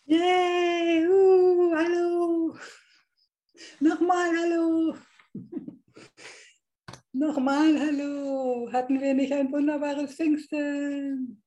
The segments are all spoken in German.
Yay, hallo. Nochmal hallo. Nochmal hallo. Hatten wir nicht ein wunderbares Pfingsten?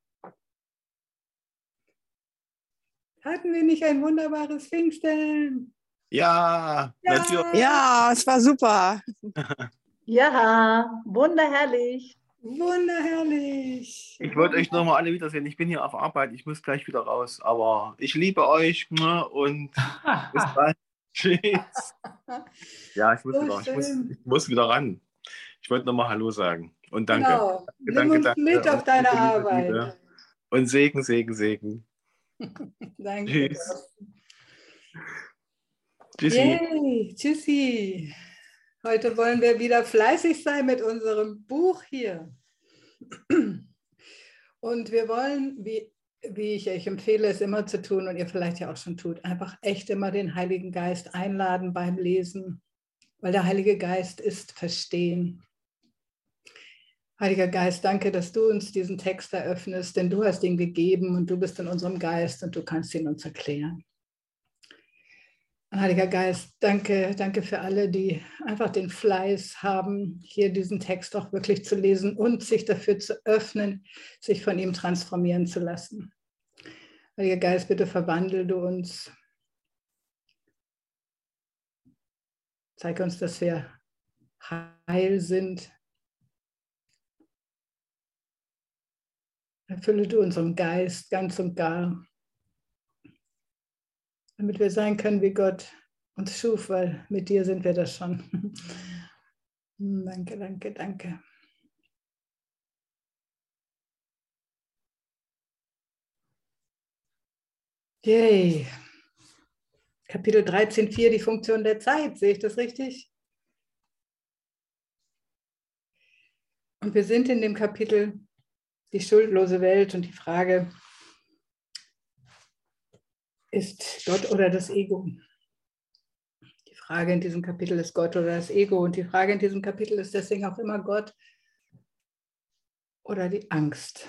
Hatten wir nicht ein wunderbares Pfingsten? Ja, natürlich. Ja, es war super. Ja, wunderherrlich. Wunderherrlich. Ich wollte euch nochmal alle wiedersehen. Ich bin hier auf Arbeit, ich muss gleich wieder raus. Aber ich liebe euch und bis bald. Tschüss. Ja, ich muss wieder ran. Ich wollte nochmal Hallo sagen. Und danke. Genau. Nimm Danke, uns danke. mit auf Und deine Liebe, Arbeit. Liebe. Und Segen, Segen, Segen. Danke. Tschüss. Tschüssi. Yay, tschüssi. Heute wollen wir wieder fleißig sein mit unserem Buch hier. Und wir wollen, wie ich euch empfehle, es immer zu tun und ihr vielleicht ja auch schon tut, einfach echt immer den Heiligen Geist einladen beim Lesen, weil der Heilige Geist ist Verstehen. Heiliger Geist, danke, dass du uns diesen Text eröffnest, denn du hast ihn gegeben und du bist in unserem Geist und du kannst ihn uns erklären. Heiliger Geist, danke für alle, die einfach den Fleiß haben, hier diesen Text auch wirklich zu lesen und sich dafür zu öffnen, sich von ihm transformieren zu lassen. Heiliger Geist, bitte verwandle du uns. Zeig uns, dass wir heil sind. Erfülle du unseren Geist ganz und gar, damit wir sein können, wie Gott uns schuf, weil mit dir sind wir das schon. Danke, danke, danke. Yay. Kapitel 13,4, die Funktion der Zeit. Sehe ich das richtig? Und wir sind in dem Kapitel die schuldlose Welt und die Frage, ist Gott oder das Ego? Die Frage in diesem Kapitel ist Gott oder das Ego. Und die Frage in diesem Kapitel ist deswegen auch immer Gott oder die Angst.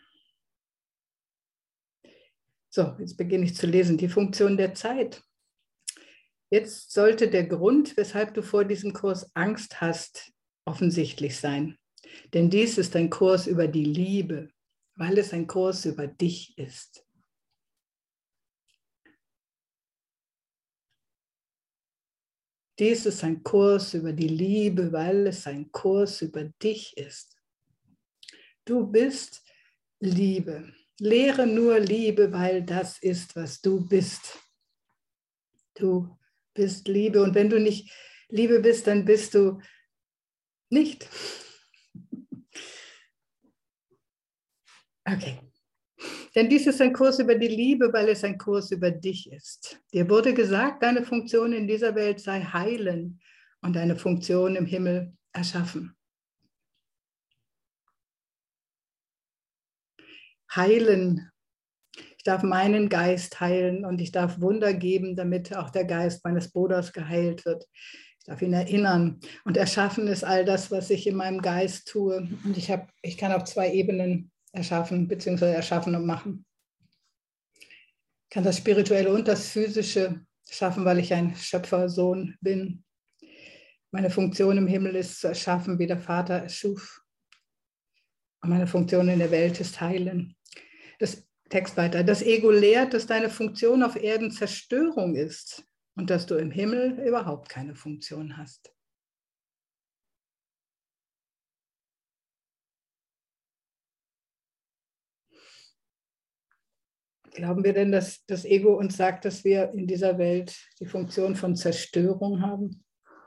So, jetzt beginne ich zu lesen. Die Funktion der Zeit. Jetzt sollte der Grund, weshalb du vor diesem Kurs Angst hast, offensichtlich sein. Denn dies ist ein Kurs über die Liebe, weil es ein Kurs über dich ist. Dies ist ein Kurs über die Liebe, weil es ein Kurs über dich ist. Du bist Liebe. Lehre nur Liebe, weil das ist, was du bist. Du bist Liebe. Und wenn du nicht Liebe bist, dann bist du nicht. Okay. Denn dies ist ein Kurs über die Liebe, weil es ein Kurs über dich ist. Dir wurde gesagt, deine Funktion in dieser Welt sei heilen und deine Funktion im Himmel erschaffen. Heilen. Ich darf meinen Geist heilen und ich darf Wunder geben, damit auch der Geist meines Bruders geheilt wird. Ich darf ihn erinnern. Und erschaffen ist all das, was ich in meinem Geist tue. Und ich kann auf 2 Ebenen erschaffen, beziehungsweise erschaffen und machen. Ich kann das Spirituelle und das Physische schaffen, weil ich ein Schöpfersohn bin. Meine Funktion im Himmel ist zu erschaffen, wie der Vater erschuf. Und meine Funktion in der Welt ist heilen. Das Text weiter. Das Ego lehrt, dass deine Funktion auf Erden Zerstörung ist und dass du im Himmel überhaupt keine Funktion hast. Glauben wir denn, dass das Ego uns sagt, dass wir in dieser Welt die Funktion von Zerstörung haben?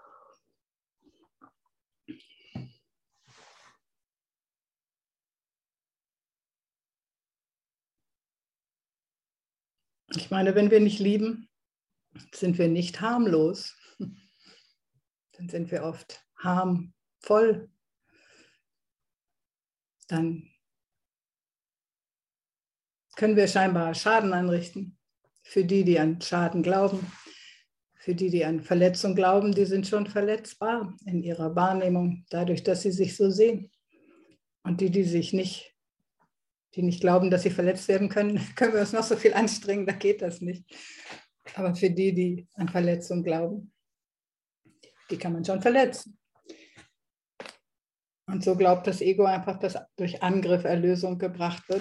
Ich meine, wenn wir nicht lieben, sind wir nicht harmlos. Dann sind wir oft harmvoll. Dann können wir scheinbar Schaden anrichten. Für die, die an Schaden glauben, für die, die an Verletzung glauben, die sind schon verletzbar in ihrer Wahrnehmung, dadurch, dass sie sich so sehen. Und die sich nicht die nicht glauben, dass sie verletzt werden können, können wir uns noch so viel anstrengen, da geht das nicht. Aber für die, die an Verletzung glauben, die kann man schon verletzen. Und so glaubt das Ego einfach, dass durch Angriff Erlösung gebracht wird.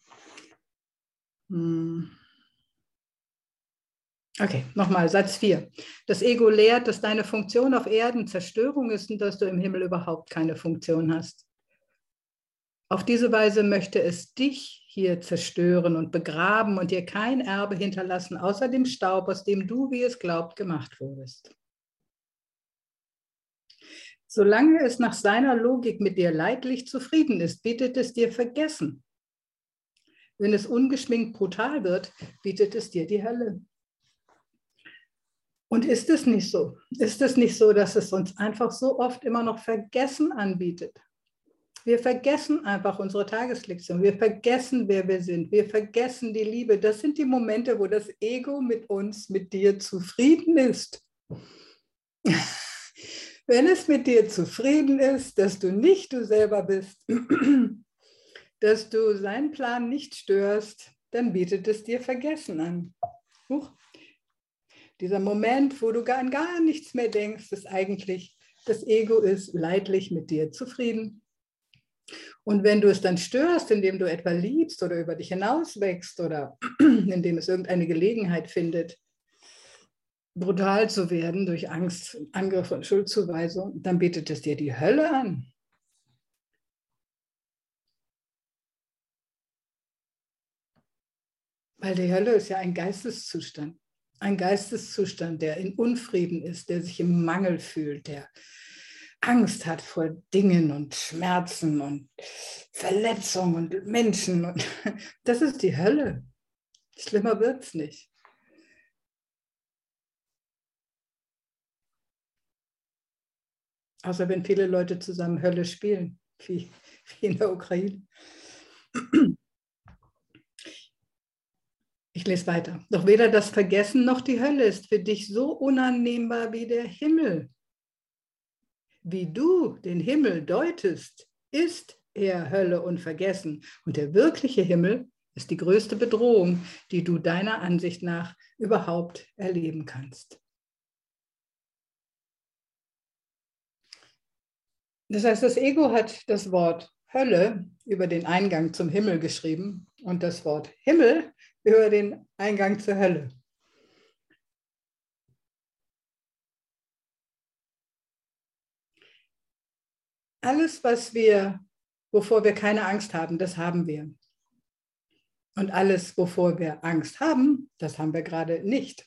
Okay, nochmal, Satz 4. Das Ego lehrt, dass deine Funktion auf Erden Zerstörung ist und dass du im Himmel überhaupt keine Funktion hast. Auf diese Weise möchte es dich hier zerstören und begraben und dir kein Erbe hinterlassen, außer dem Staub, aus dem du, wie es glaubt, gemacht wurdest. Solange es nach seiner Logik mit dir leidlich zufrieden ist, bietet es dir Vergessen. Wenn es ungeschminkt brutal wird, bietet es dir die Hölle. Und ist es nicht so? Ist es nicht so, dass es uns einfach so oft immer noch Vergessen anbietet? Wir vergessen einfach unsere Tageslektion. Wir vergessen, wer wir sind. Wir vergessen die Liebe. Das sind die Momente, wo das Ego mit uns, mit dir zufrieden ist. Wenn es mit dir zufrieden ist, dass du nicht du selber bist, dass du seinen Plan nicht störst, dann bietet es dir Vergessen an. Dieser Moment, wo du an gar nichts mehr denkst, ist eigentlich, das Ego ist leidlich mit dir zufrieden. Und wenn du es dann störst, indem du etwa liebst oder über dich hinauswächst oder indem es irgendeine Gelegenheit findet, brutal zu werden durch Angst, Angriff und Schuldzuweisung, dann bietet es dir die Hölle an. Weil die Hölle ist ja ein Geisteszustand. Ein Geisteszustand, der in Unfrieden ist, der sich im Mangel fühlt, der Angst hat vor Dingen und Schmerzen und Verletzungen und Menschen. Und das ist die Hölle. Schlimmer wird es nicht. Außer wenn viele Leute zusammen Hölle spielen, wie in der Ukraine. Ich lese weiter. Doch weder das Vergessen noch die Hölle ist für dich so unannehmbar wie der Himmel. Wie du den Himmel deutest, ist er Hölle und Vergessen. Und der wirkliche Himmel ist die größte Bedrohung, die du deiner Ansicht nach überhaupt erleben kannst. Das heißt, das Ego hat das Wort Hölle über den Eingang zum Himmel geschrieben und das Wort Himmel über den Eingang zur Hölle. Alles, wovor wir keine Angst haben, das haben wir. Und alles, wovor wir Angst haben, das haben wir gerade nicht.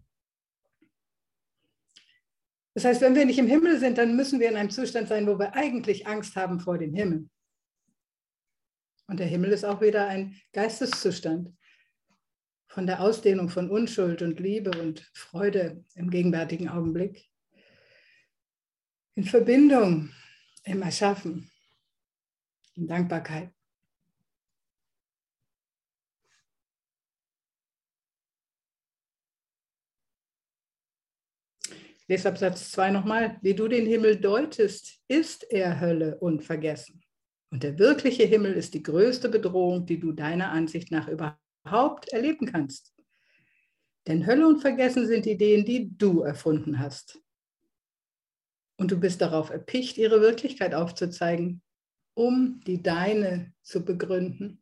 Das heißt, wenn wir nicht im Himmel sind, dann müssen wir in einem Zustand sein, wo wir eigentlich Angst haben vor dem Himmel. Und der Himmel ist auch wieder ein Geisteszustand von der Ausdehnung von Unschuld und Liebe und Freude im gegenwärtigen Augenblick. In Verbindung, im Erschaffen, in Dankbarkeit. Ich lese ab Satz 2 nochmal. Wie du den Himmel deutest, ist er Hölle und Vergessen. Und der wirkliche Himmel ist die größte Bedrohung, die du deiner Ansicht nach überhaupt erleben kannst. Denn Hölle und Vergessen sind Ideen, die du erfunden hast. Und du bist darauf erpicht, ihre Wirklichkeit aufzuzeigen, um die deine zu begründen.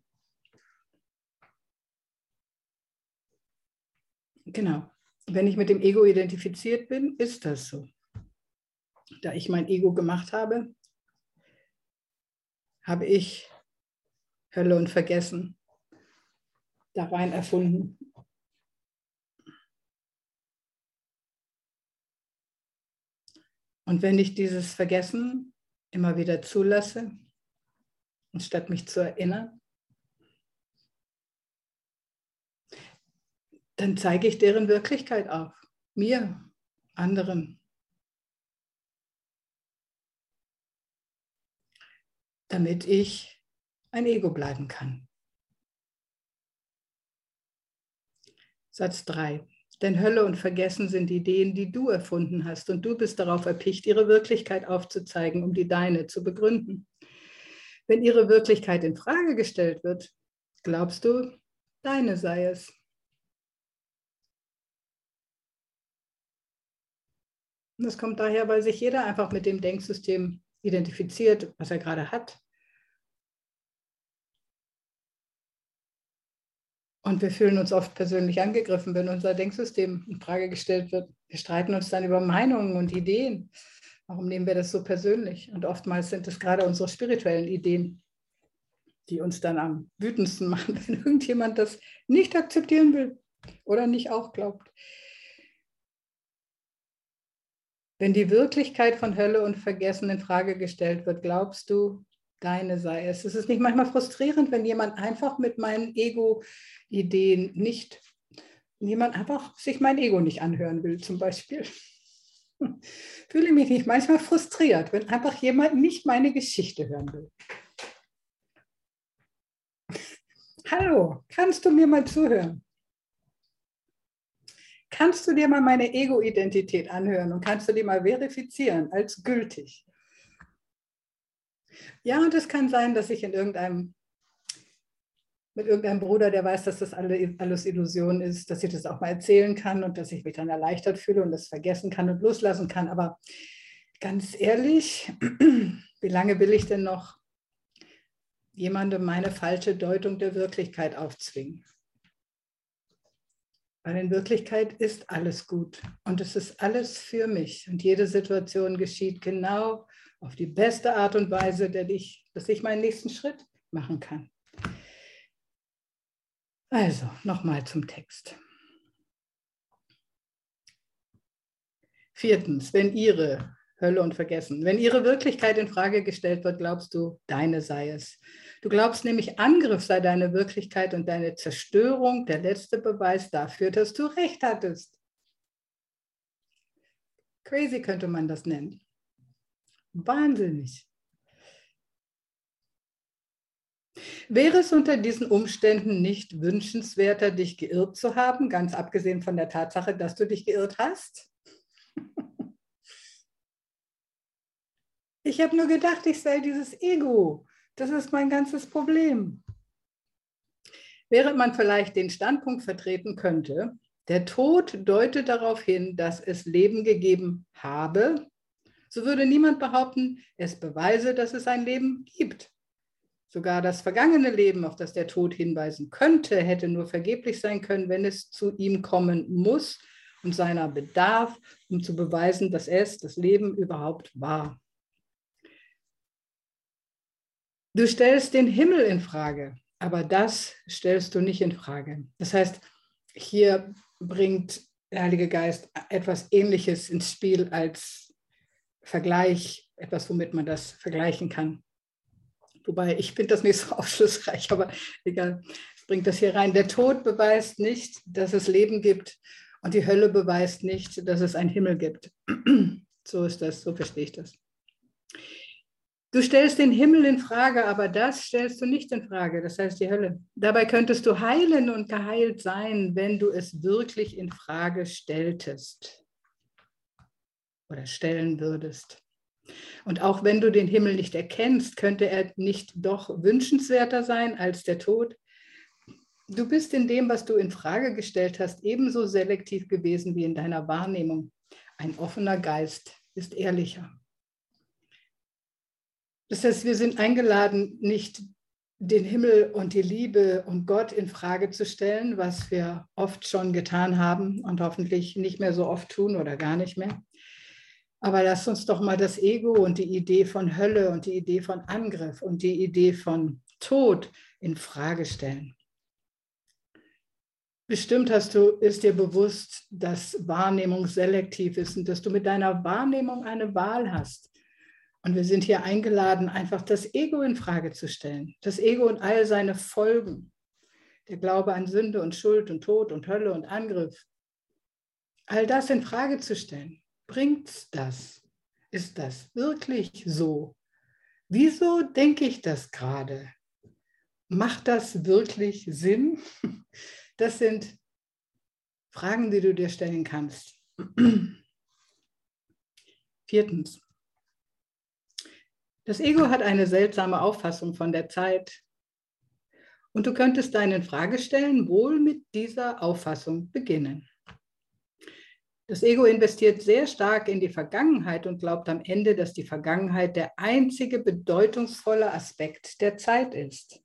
Genau. Wenn ich mit dem Ego identifiziert bin, ist das so. Da ich mein Ego gemacht habe, habe ich Hölle und Vergessen da rein erfunden. Und wenn ich dieses Vergessen immer wieder zulasse, anstatt mich zu erinnern, dann zeige ich deren Wirklichkeit auf. Mir, anderen. Damit ich ein Ego bleiben kann. Satz 3. Denn Hölle und Vergessen sind Ideen, die du erfunden hast und du bist darauf erpicht, ihre Wirklichkeit aufzuzeigen, um die deine zu begründen. Wenn ihre Wirklichkeit in Frage gestellt wird, glaubst du, deine sei es. Und das kommt daher, weil sich jeder einfach mit dem Denksystem identifiziert, was er gerade hat. Und wir fühlen uns oft persönlich angegriffen, wenn unser Denksystem in Frage gestellt wird. Wir streiten uns dann über Meinungen und Ideen. Warum nehmen wir das so persönlich? Und oftmals sind es gerade unsere spirituellen Ideen, die uns dann am wütendsten machen, wenn irgendjemand das nicht akzeptieren will oder nicht auch glaubt. Wenn die Wirklichkeit von Hölle und Vergessen in Frage gestellt wird, glaubst du, deine sei es. Es ist nicht manchmal frustrierend, wenn jemand einfach mit meinen Ego-Ideen nicht, jemand einfach sich mein Ego nicht anhören will, zum Beispiel. Fühle mich nicht manchmal frustriert, wenn einfach jemand nicht meine Geschichte hören will. Hallo, kannst du mir mal zuhören? Kannst du dir mal meine Ego-Identität anhören und kannst du die mal verifizieren als gültig? Ja, und es kann sein, dass ich mit irgendeinem Bruder, der weiß, dass das alles Illusion ist, dass ich das auch mal erzählen kann und dass ich mich dann erleichtert fühle und das vergessen kann und loslassen kann. Aber ganz ehrlich, wie lange will ich denn noch jemandem meine falsche Deutung der Wirklichkeit aufzwingen? Weil in Wirklichkeit ist alles gut und es ist alles für mich und jede Situation geschieht genau auf die beste Art und Weise, dass ich meinen nächsten Schritt machen kann. Also, nochmal zum Text. 4. Wenn ihre Hölle und Vergessen, wenn ihre Wirklichkeit in Frage gestellt wird, glaubst du, deine sei es. Du glaubst nämlich, Angriff sei deine Wirklichkeit und deine Zerstörung der letzte Beweis dafür, dass du recht hattest. Crazy könnte man das nennen. Wahnsinnig. Wäre es unter diesen Umständen nicht wünschenswerter, dich geirrt zu haben, ganz abgesehen von der Tatsache, dass du dich geirrt hast? Ich habe nur gedacht, ich sei dieses Ego. Das ist mein ganzes Problem. Während man vielleicht den Standpunkt vertreten könnte, der Tod deutet darauf hin, dass es Leben gegeben habe, so würde niemand behaupten, es beweise, dass es ein Leben gibt. Sogar das vergangene Leben, auf das der Tod hinweisen könnte, hätte nur vergeblich sein können, wenn es zu ihm kommen muss und seiner bedarf, um zu beweisen, dass es, das Leben, überhaupt war. Du stellst den Himmel in Frage, aber das stellst du nicht in Frage. Das heißt, hier bringt der Heilige Geist etwas Ähnliches ins Spiel als Vergleich, etwas, womit man das vergleichen kann. Wobei, ich finde das nicht so aufschlussreich, aber egal, ich bringe das hier rein. Der Tod beweist nicht, dass es Leben gibt und die Hölle beweist nicht, dass es einen Himmel gibt. So ist das, so verstehe ich das. Du stellst den Himmel in Frage, aber das stellst du nicht in Frage, das heißt die Hölle. Dabei könntest du heilen und geheilt sein, wenn du es wirklich in Frage stelltest oder stellen würdest. Und auch wenn du den Himmel nicht erkennst, könnte er nicht doch wünschenswerter sein als der Tod. Du bist in dem, was du in Frage gestellt hast, ebenso selektiv gewesen wie in deiner Wahrnehmung. Ein offener Geist ist ehrlicher. Das heißt, wir sind eingeladen, nicht den Himmel und die Liebe und Gott in Frage zu stellen, was wir oft schon getan haben und hoffentlich nicht mehr so oft tun oder gar nicht mehr. Aber lasst uns doch mal das Ego und die Idee von Hölle und die Idee von Angriff und die Idee von Tod in Frage stellen. Bestimmt ist dir bewusst, dass Wahrnehmung selektiv ist und dass du mit deiner Wahrnehmung eine Wahl hast. Und wir sind hier eingeladen, einfach das Ego in Frage zu stellen. Das Ego und all seine Folgen. Der Glaube an Sünde und Schuld und Tod und Hölle und Angriff. All das in Frage zu stellen. Bringt's das? Ist das wirklich so? Wieso denke ich das gerade? Macht das wirklich Sinn? Das sind Fragen, die du dir stellen kannst. 4. Das Ego hat eine seltsame Auffassung von der Zeit Und du könntest deinen Fragestellen wohl mit dieser Auffassung beginnen. Das Ego investiert sehr stark in die Vergangenheit und glaubt am Ende, dass die Vergangenheit der einzige bedeutungsvolle Aspekt der Zeit ist.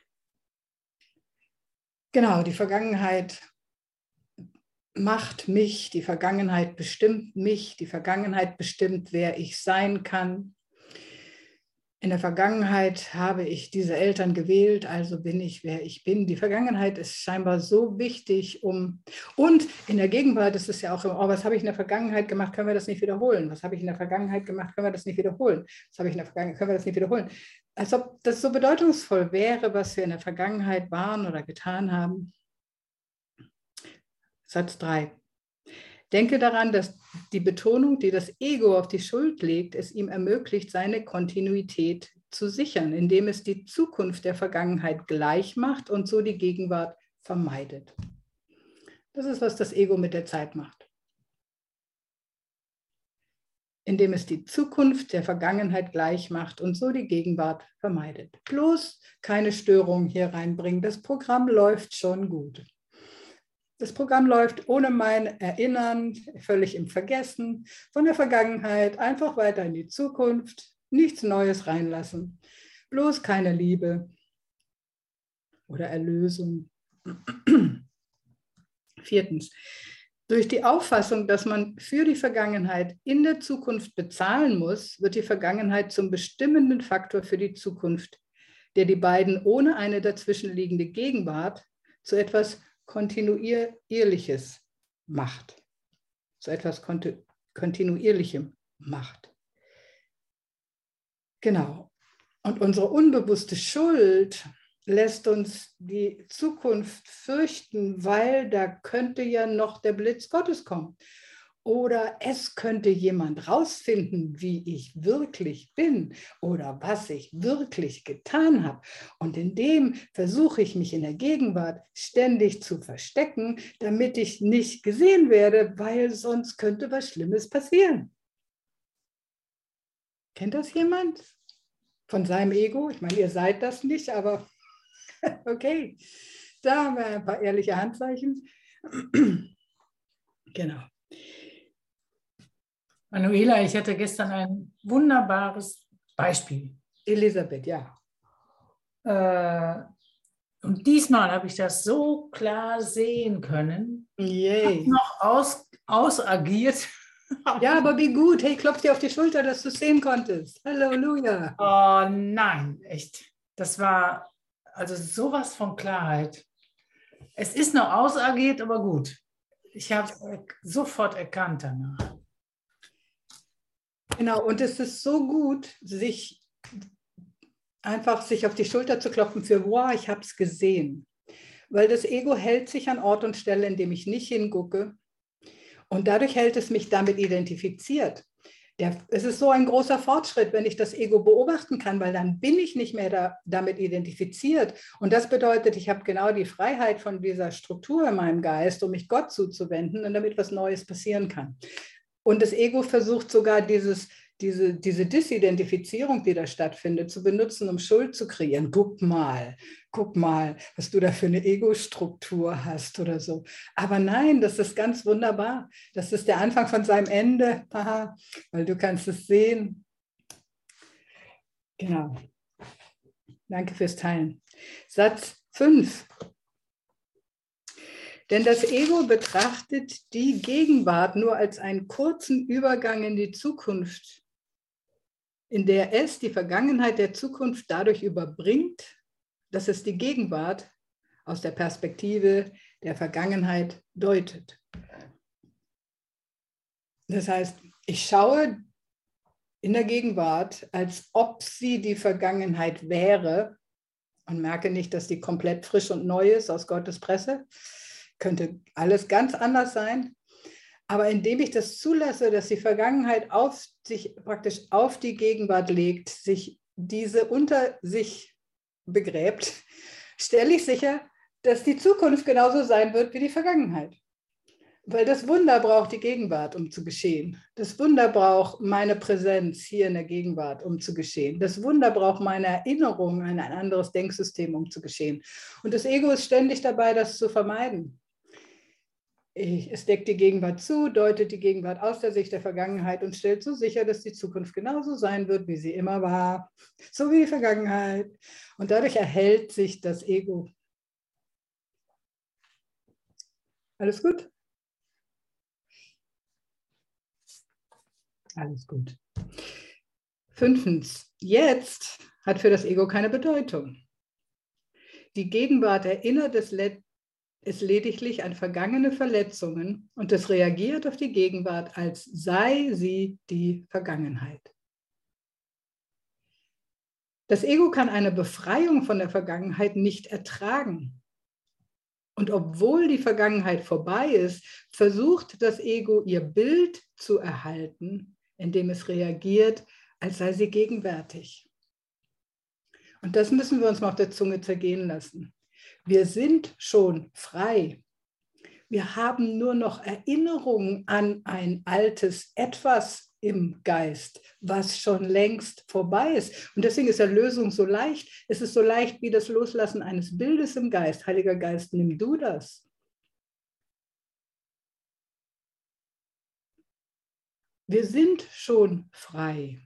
Genau, die Vergangenheit macht mich, die Vergangenheit bestimmt mich, die Vergangenheit bestimmt, wer ich sein kann. In der Vergangenheit habe ich diese Eltern gewählt, also bin ich, wer ich bin. Die Vergangenheit ist scheinbar so wichtig, und in der Gegenwart ist es ja auch immer, oh, was habe ich in der Vergangenheit gemacht, können wir das nicht wiederholen? Was habe ich in der Vergangenheit gemacht, können wir das nicht wiederholen? Was habe ich in der Vergangenheit, können wir das nicht wiederholen? Als ob das so bedeutungsvoll wäre, was wir in der Vergangenheit waren oder getan haben. Satz 3. Denke daran, dass die Betonung, die das Ego auf die Schuld legt, es ihm ermöglicht, seine Kontinuität zu sichern, indem es die Zukunft der Vergangenheit gleich macht und so die Gegenwart vermeidet. Das ist, was das Ego mit der Zeit macht. Indem es die Zukunft der Vergangenheit gleich macht und so die Gegenwart vermeidet. Bloß keine Störung hier reinbringen. Das Programm läuft schon gut. Das Programm läuft ohne mein Erinnern, völlig im Vergessen von der Vergangenheit, einfach weiter in die Zukunft, nichts Neues reinlassen, bloß keine Liebe oder Erlösung. 4. Durch die Auffassung, dass man für die Vergangenheit in der Zukunft bezahlen muss, wird die Vergangenheit zum bestimmenden Faktor für die Zukunft, der die beiden ohne eine dazwischenliegende Gegenwart zu etwas Kontinuierliches macht. So etwas Kontinuierlichem macht. Genau. Und unsere unbewusste Schuld lässt uns die Zukunft fürchten, weil da könnte ja noch der Blitz Gottes kommen. Oder es könnte jemand rausfinden, wie ich wirklich bin oder was ich wirklich getan habe. Und in dem versuche ich mich in der Gegenwart ständig zu verstecken, damit ich nicht gesehen werde, weil sonst könnte was Schlimmes passieren. Kennt das jemand? Von seinem Ego? Ich meine, ihr seid das nicht, aber okay. Da haben wir ein paar ehrliche Handzeichen. Genau. Manuela, ich hatte gestern ein wunderbares Beispiel. Elisabeth, ja. Und diesmal habe ich das so klar sehen können. Yay. Noch ausagiert. Ja, aber wie gut. Hey, klopf dir auf die Schulter, dass du es sehen konntest. Halleluja. Oh nein, echt. Das war also sowas von Klarheit. Es ist noch ausagiert, aber gut. Ich habe es sofort erkannt danach. Genau, und es ist so gut, sich auf die Schulter zu klopfen für, wow, ich habe es gesehen. Weil das Ego hält sich an Ort und Stelle, in dem ich nicht hingucke. Und dadurch hält es mich damit identifiziert. Es ist so ein großer Fortschritt, wenn ich das Ego beobachten kann, weil dann bin ich nicht mehr damit identifiziert. Und das bedeutet, ich habe genau die Freiheit von dieser Struktur in meinem Geist, um mich Gott zuzuwenden und damit was Neues passieren kann. Und das Ego versucht sogar diese Disidentifizierung, die da stattfindet, zu benutzen, um Schuld zu kreieren. Guck mal, was du da für eine Ego-Struktur hast oder so. Aber nein, das ist ganz wunderbar. Das ist der Anfang von seinem Ende, weil du kannst es sehen. Genau. Danke fürs Teilen. Satz 5. Denn das Ego betrachtet die Gegenwart nur als einen kurzen Übergang in die Zukunft, in der es die Vergangenheit der Zukunft dadurch überbringt, dass es die Gegenwart aus der Perspektive der Vergangenheit deutet. Das heißt, ich schaue in der Gegenwart, als ob sie die Vergangenheit wäre und merke nicht, dass die komplett frisch und neu ist aus Gottes Presse. Könnte alles ganz anders sein. Aber indem ich das zulasse, dass die Vergangenheit sich praktisch auf die Gegenwart legt, sich diese unter sich begräbt, stelle ich sicher, dass die Zukunft genauso sein wird wie die Vergangenheit. Weil das Wunder braucht die Gegenwart, um zu geschehen. Das Wunder braucht meine Präsenz hier in der Gegenwart, um zu geschehen. Das Wunder braucht meine Erinnerung an ein anderes Denksystem, um zu geschehen. Und das Ego ist ständig dabei, das zu vermeiden. Es deckt die Gegenwart zu, deutet die Gegenwart aus der Sicht der Vergangenheit und stellt so sicher, dass die Zukunft genauso sein wird, wie sie immer war, so wie die Vergangenheit. Und dadurch erhält sich das Ego. Alles gut? Alles gut. 5. Jetzt hat für das Ego keine Bedeutung. Die Gegenwart erinnert es lediglich an vergangene Verletzungen und es reagiert auf die Gegenwart, als sei sie die Vergangenheit. Das Ego kann eine Befreiung von der Vergangenheit nicht ertragen. Und obwohl die Vergangenheit vorbei ist, versucht das Ego, ihr Bild zu erhalten, indem es reagiert, als sei sie gegenwärtig. Und das müssen wir uns mal auf der Zunge zergehen lassen. Wir sind schon frei. Wir haben nur noch Erinnerungen an ein altes Etwas im Geist, was schon längst vorbei ist. Und deswegen ist Erlösung so leicht. Es ist so leicht wie das Loslassen eines Bildes im Geist. Heiliger Geist, nimm du das. Wir sind schon frei.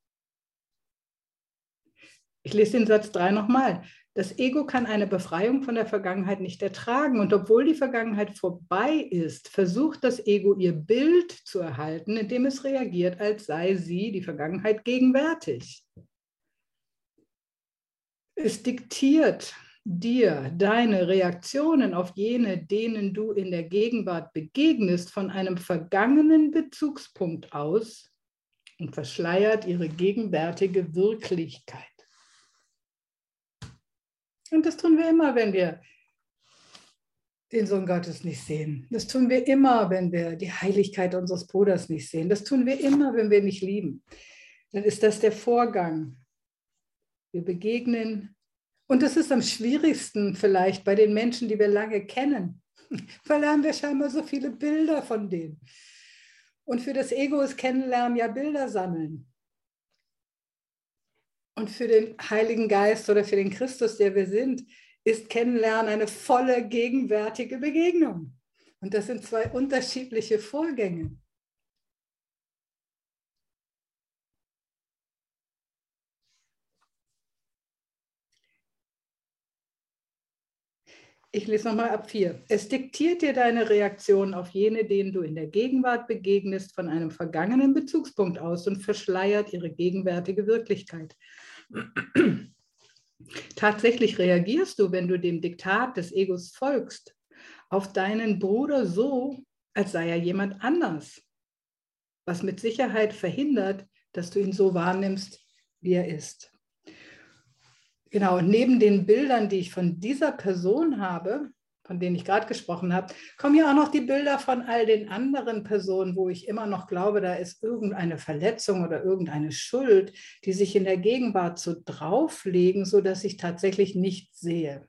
Ich lese den Satz 3 nochmal. Das Ego kann eine Befreiung von der Vergangenheit nicht ertragen. Und obwohl die Vergangenheit vorbei ist, versucht das Ego, ihr Bild zu erhalten, indem es reagiert, als sei sie, die Vergangenheit, gegenwärtig. Es diktiert dir deine Reaktionen auf jene, denen du in der Gegenwart begegnest, von einem vergangenen Bezugspunkt aus und verschleiert ihre gegenwärtige Wirklichkeit. Und das tun wir immer, wenn wir den Sohn Gottes nicht sehen. Das tun wir immer, wenn wir die Heiligkeit unseres Bruders nicht sehen. Das tun wir immer, wenn wir nicht lieben. Dann ist das der Vorgang. Wir begegnen. Und das ist am schwierigsten vielleicht bei den Menschen, die wir lange kennen. Weil da haben wir scheinbar so viele Bilder von denen. Und für das Ego ist Kennenlernen ja Bilder sammeln. Und für den Heiligen Geist oder für den Christus, der wir sind, ist Kennenlernen eine volle, gegenwärtige Begegnung. Und das sind zwei unterschiedliche Vorgänge. Ich lese nochmal ab 4. Es diktiert dir deine Reaktion auf jene, denen du in der Gegenwart begegnest, von einem vergangenen Bezugspunkt aus und verschleiert ihre gegenwärtige Wirklichkeit. Tatsächlich reagierst du, wenn du dem Diktat des Egos folgst, auf deinen Bruder so, als sei er jemand anders, was mit Sicherheit verhindert, dass du ihn so wahrnimmst, wie er ist. Genau, und neben den Bildern, die ich von dieser Person habe, von denen ich gerade gesprochen habe, kommen ja auch noch die Bilder von all den anderen Personen, wo ich immer noch glaube, da ist irgendeine Verletzung oder irgendeine Schuld, die sich in der Gegenwart so drauflegen, sodass ich tatsächlich nichts sehe.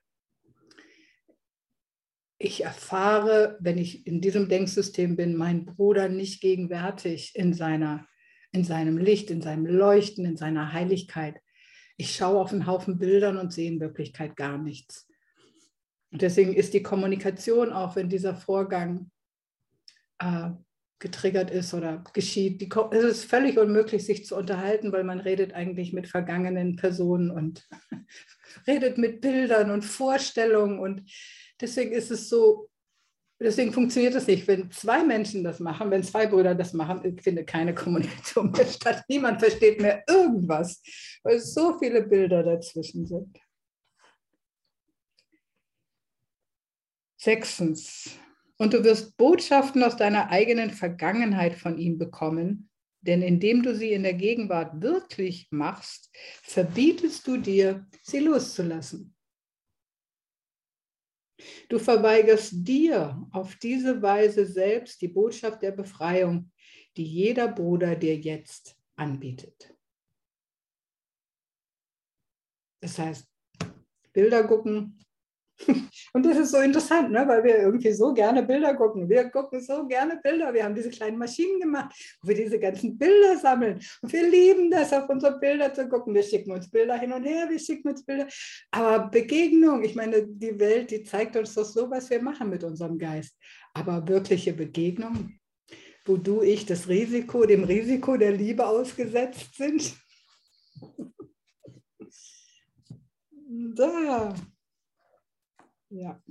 Ich erfahre, wenn ich in diesem Denksystem bin, meinen Bruder nicht gegenwärtig in seinem Licht, in seinem Leuchten, in seiner Heiligkeit. Ich schaue auf einen Haufen Bildern und sehe in Wirklichkeit gar nichts. Und deswegen ist die Kommunikation, auch wenn dieser Vorgang getriggert ist oder geschieht, es ist völlig unmöglich, sich zu unterhalten, weil man redet eigentlich mit vergangenen Personen und redet mit Bildern und Vorstellungen. Und deswegen ist es so, deswegen funktioniert es nicht. Wenn zwei Menschen das machen, wenn zwei Brüder das machen, findet keine Kommunikation mehr statt. Niemand versteht mehr irgendwas, weil so viele Bilder dazwischen sind. 6. Und du wirst Botschaften aus deiner eigenen Vergangenheit von ihm bekommen, denn indem du sie in der Gegenwart wirklich machst, verbietest du dir, sie loszulassen. Du verweigerst dir auf diese Weise selbst die Botschaft der Befreiung, die jeder Bruder dir jetzt anbietet. Das heißt, Bilder gucken, Und das ist so interessant, ne? Weil wir irgendwie so gerne Bilder gucken. Wir gucken so gerne Bilder. Wir haben diese kleinen Maschinen gemacht, wo wir diese ganzen Bilder sammeln. Und wir lieben das, auf unsere Bilder zu gucken. Wir schicken uns Bilder hin und her, wir schicken uns Bilder. Aber Begegnung, ich meine, die Welt, die zeigt uns doch so, was wir machen mit unserem Geist. Aber wirkliche Begegnung, wo du, ich, dem Risiko der Liebe ausgesetzt sind. Da. Ja.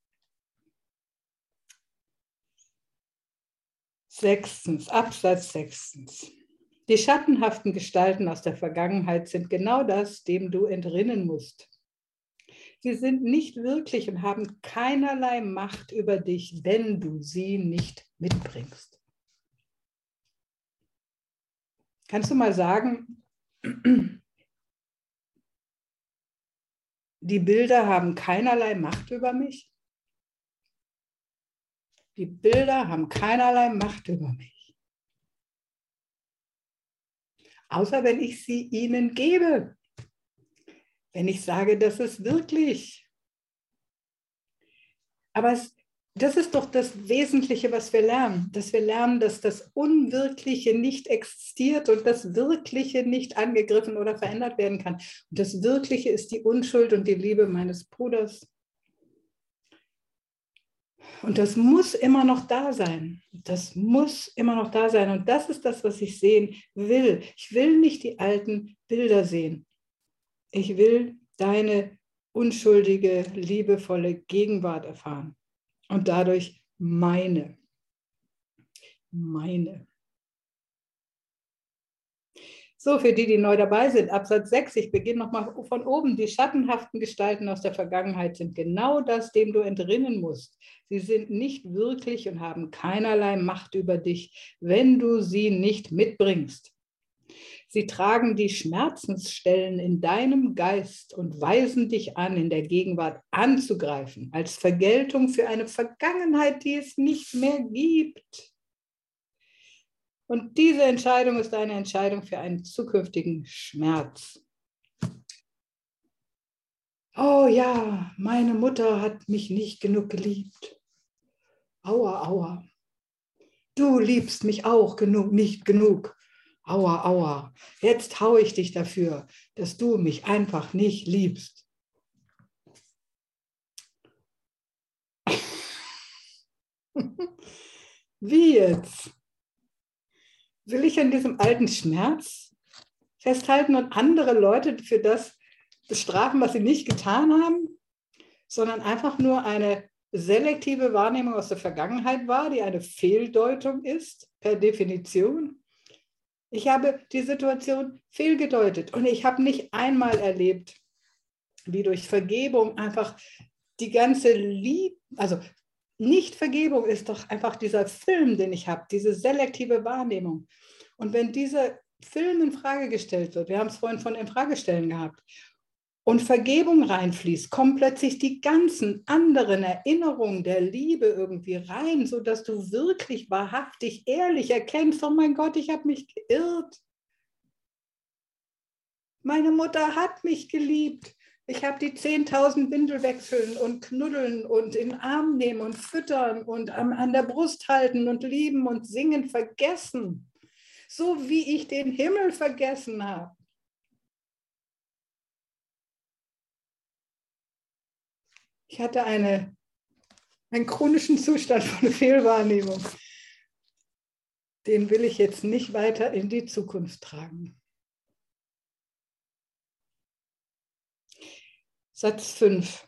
6. Absatz 6. Die schattenhaften Gestalten aus der Vergangenheit sind genau das, dem du entrinnen musst. Sie sind nicht wirklich und haben keinerlei Macht über dich, wenn du sie nicht mitbringst. Kannst du mal sagen, die Bilder haben keinerlei Macht über mich? Die Bilder haben keinerlei Macht über mich. Außer wenn ich sie ihnen gebe. Wenn ich sage, das ist wirklich. Aber das ist doch das Wesentliche, was wir lernen. Dass wir lernen, dass das Unwirkliche nicht existiert und das Wirkliche nicht angegriffen oder verändert werden kann. Und das Wirkliche ist die Unschuld und die Liebe meines Bruders. Und das muss immer noch da sein. Das muss immer noch da sein. Und das ist das, was ich sehen will. Ich will nicht die alten Bilder sehen. Ich will deine unschuldige, liebevolle Gegenwart erfahren. Und dadurch meine. So, für die neu dabei sind, Absatz 6, ich beginne nochmal von oben. Die schattenhaften Gestalten aus der Vergangenheit sind genau das, dem du entrinnen musst. Sie sind nicht wirklich und haben keinerlei Macht über dich, wenn du sie nicht mitbringst. Sie tragen die Schmerzensstellen in deinem Geist und weisen dich an, in der Gegenwart anzugreifen, als Vergeltung für eine Vergangenheit, die es nicht mehr gibt. Und diese Entscheidung ist eine Entscheidung für einen zukünftigen Schmerz. Oh ja, meine Mutter hat mich nicht genug geliebt. Aua, aua. Du liebst mich auch nicht genug. Aua, aua. Jetzt haue ich dich dafür, dass du mich einfach nicht liebst. Wie jetzt? Will ich an diesem alten Schmerz festhalten und andere Leute für das bestrafen, was sie nicht getan haben, sondern einfach nur eine selektive Wahrnehmung aus der Vergangenheit war, die eine Fehldeutung ist, per Definition? Ich habe die Situation fehlgedeutet und ich habe nicht einmal erlebt, wie durch Vergebung einfach die ganze Liebe, also Nicht-Vergebung ist doch einfach dieser Film, den ich habe, diese selektive Wahrnehmung. Und wenn dieser Film in Frage gestellt wird, wir haben es vorhin von Infragestellen gehabt, und Vergebung reinfließt, kommen plötzlich die ganzen anderen Erinnerungen der Liebe irgendwie rein, sodass du wirklich wahrhaftig, ehrlich erkennst, oh mein Gott, ich habe mich geirrt. Meine Mutter hat mich geliebt. Ich habe die 10.000 Windel wechseln und knuddeln und in den Arm nehmen und füttern und an der Brust halten und lieben und singen vergessen. So wie ich den Himmel vergessen habe. Ich hatte einen chronischen Zustand von Fehlwahrnehmung. Den will ich jetzt nicht weiter in die Zukunft tragen. Satz 5.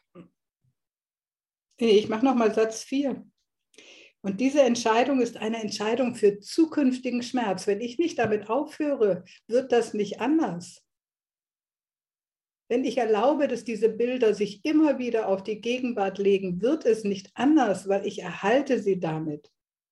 Ich mache nochmal Satz 4. Und diese Entscheidung ist eine Entscheidung für zukünftigen Schmerz. Wenn ich nicht damit aufhöre, wird das nicht anders. Wenn ich erlaube, dass diese Bilder sich immer wieder auf die Gegenwart legen, wird es nicht anders, weil ich erhalte sie damit.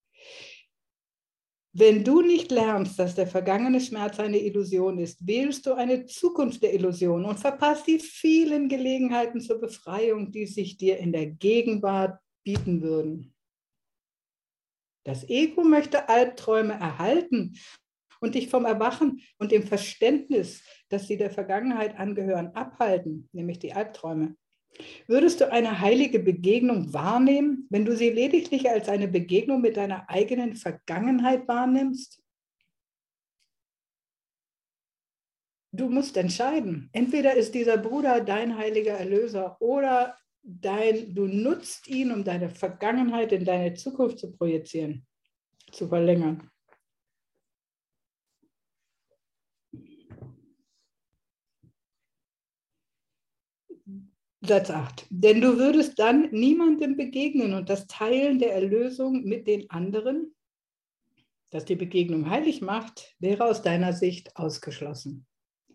Wenn du nicht lernst, dass der vergangene Schmerz eine Illusion ist, wählst du eine Zukunft der Illusion und verpasst die vielen Gelegenheiten zur Befreiung, die sich dir in der Gegenwart bieten würden. Das Ego möchte Albträume erhalten und dich vom Erwachen und dem Verständnis, dass sie der Vergangenheit angehören, abhalten, nämlich die Albträume. Würdest du eine heilige Begegnung wahrnehmen, wenn du sie lediglich als eine Begegnung mit deiner eigenen Vergangenheit wahrnimmst? Du musst entscheiden. Entweder ist dieser Bruder dein heiliger Erlöser oder du nutzt ihn, um deine Vergangenheit in deine Zukunft zu projizieren, zu verlängern. Satz 8. Denn du würdest dann niemandem begegnen und das Teilen der Erlösung mit den anderen, das die Begegnung heilig macht, wäre aus deiner Sicht ausgeschlossen.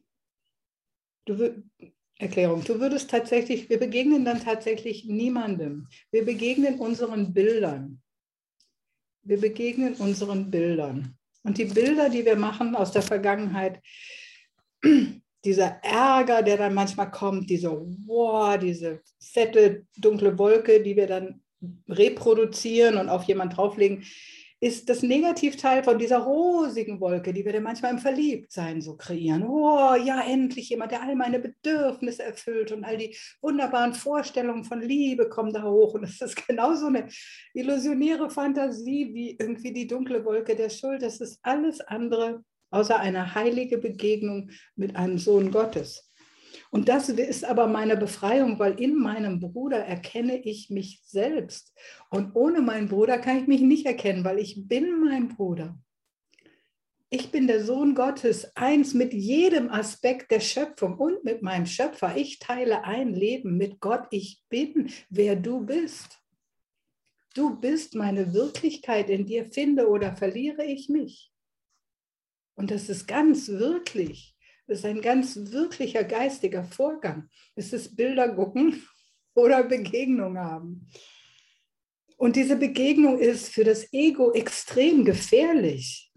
Erklärung. Wir begegnen dann tatsächlich niemandem. Wir begegnen unseren Bildern. Wir begegnen unseren Bildern. Und die Bilder, die wir machen aus der Vergangenheit, dieser Ärger, der dann manchmal kommt, diese fette, dunkle Wolke, die wir dann reproduzieren und auf jemanden drauflegen, ist das Negativteil von dieser rosigen Wolke, die wir dann manchmal im Verliebtsein so kreieren. Oh, ja, endlich jemand, der all meine Bedürfnisse erfüllt und all die wunderbaren Vorstellungen von Liebe kommen da hoch. Und das ist genauso eine illusionäre Fantasie wie irgendwie die dunkle Wolke der Schuld. Das ist alles andere außer eine heilige Begegnung mit einem Sohn Gottes. Und das ist aber meine Befreiung, weil in meinem Bruder erkenne ich mich selbst. Und ohne meinen Bruder kann ich mich nicht erkennen, weil ich bin mein Bruder. Ich bin der Sohn Gottes, eins mit jedem Aspekt der Schöpfung und mit meinem Schöpfer. Ich teile ein Leben mit Gott. Ich bin, wer du bist. Du bist meine Wirklichkeit. In dir finde oder verliere ich mich. Und das ist ganz wirklich. Das ist ein ganz wirklicher geistiger Vorgang. Es ist Bilder gucken oder Begegnung haben. Und diese Begegnung ist für das Ego extrem gefährlich.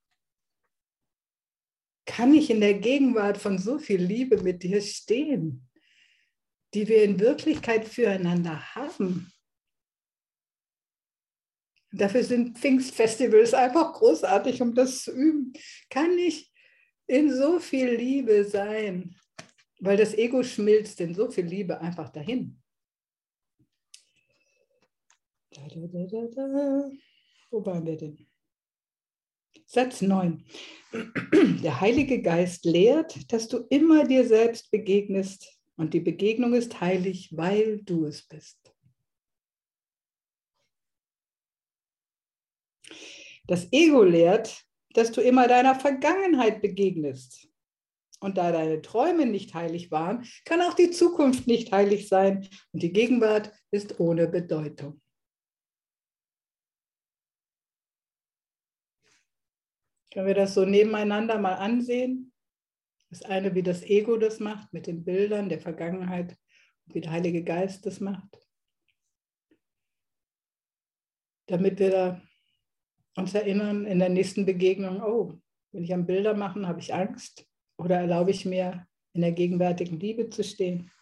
Kann ich in der Gegenwart von so viel Liebe mit dir stehen, die wir in Wirklichkeit füreinander haben? Dafür sind Pfingstfestivals einfach großartig, um das zu üben. Kann ich in so viel Liebe sein, weil das Ego schmilzt in so viel Liebe einfach dahin. Wo waren wir denn? Satz 9. Der Heilige Geist lehrt, dass du immer dir selbst begegnest und die Begegnung ist heilig, weil du es bist. Das Ego lehrt, dass du immer deiner Vergangenheit begegnest. Und da deine Träume nicht heilig waren, kann auch die Zukunft nicht heilig sein und die Gegenwart ist ohne Bedeutung. Können wir das so nebeneinander mal ansehen? Das eine, wie das Ego das macht, mit den Bildern der Vergangenheit, und wie der Heilige Geist das macht. Damit wir da uns erinnern in der nächsten Begegnung, oh, wenn ich an Bilder mache, habe ich Angst oder erlaube ich mir, in der gegenwärtigen Liebe zu stehen.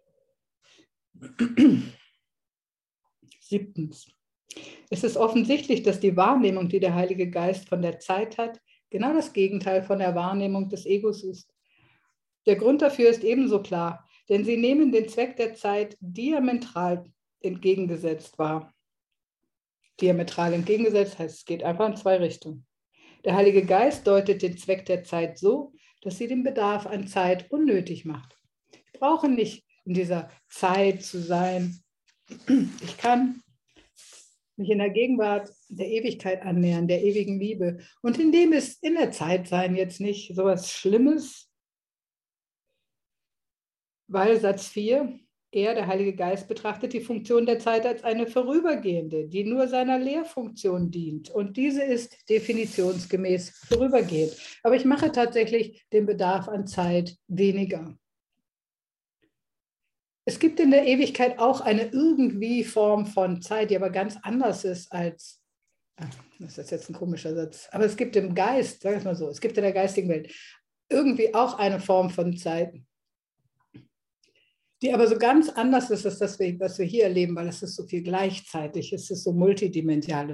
7. Es ist offensichtlich, dass die Wahrnehmung, die der Heilige Geist von der Zeit hat, genau das Gegenteil von der Wahrnehmung des Egos ist. Der Grund dafür ist ebenso klar, denn sie nehmen den Zweck der Zeit diametral entgegengesetzt wahr. Diametral entgegengesetzt heißt, es geht einfach in zwei Richtungen. Der Heilige Geist deutet den Zweck der Zeit so, dass sie den Bedarf an Zeit unnötig macht. Ich brauche nicht in dieser Zeit zu sein. Ich kann mich in der Gegenwart der Ewigkeit annähern, der ewigen Liebe. Und in dem ist in der Zeit sein jetzt nicht so etwas Schlimmes, weil Satz 4, der Heilige Geist, betrachtet die Funktion der Zeit als eine vorübergehende, die nur seiner Lehrfunktion dient. Und diese ist definitionsgemäß vorübergehend. Aber ich mache tatsächlich den Bedarf an Zeit weniger. Es gibt in der Ewigkeit auch eine irgendwie Form von Zeit, die aber ganz anders ist als, das ist jetzt ein komischer Satz, aber es gibt im Geist, sag ich mal so, es gibt in der geistigen Welt irgendwie auch eine Form von Zeit, die aber so ganz anders ist als das, was wir hier erleben, weil es ist so viel gleichzeitig, es ist so multidimensional.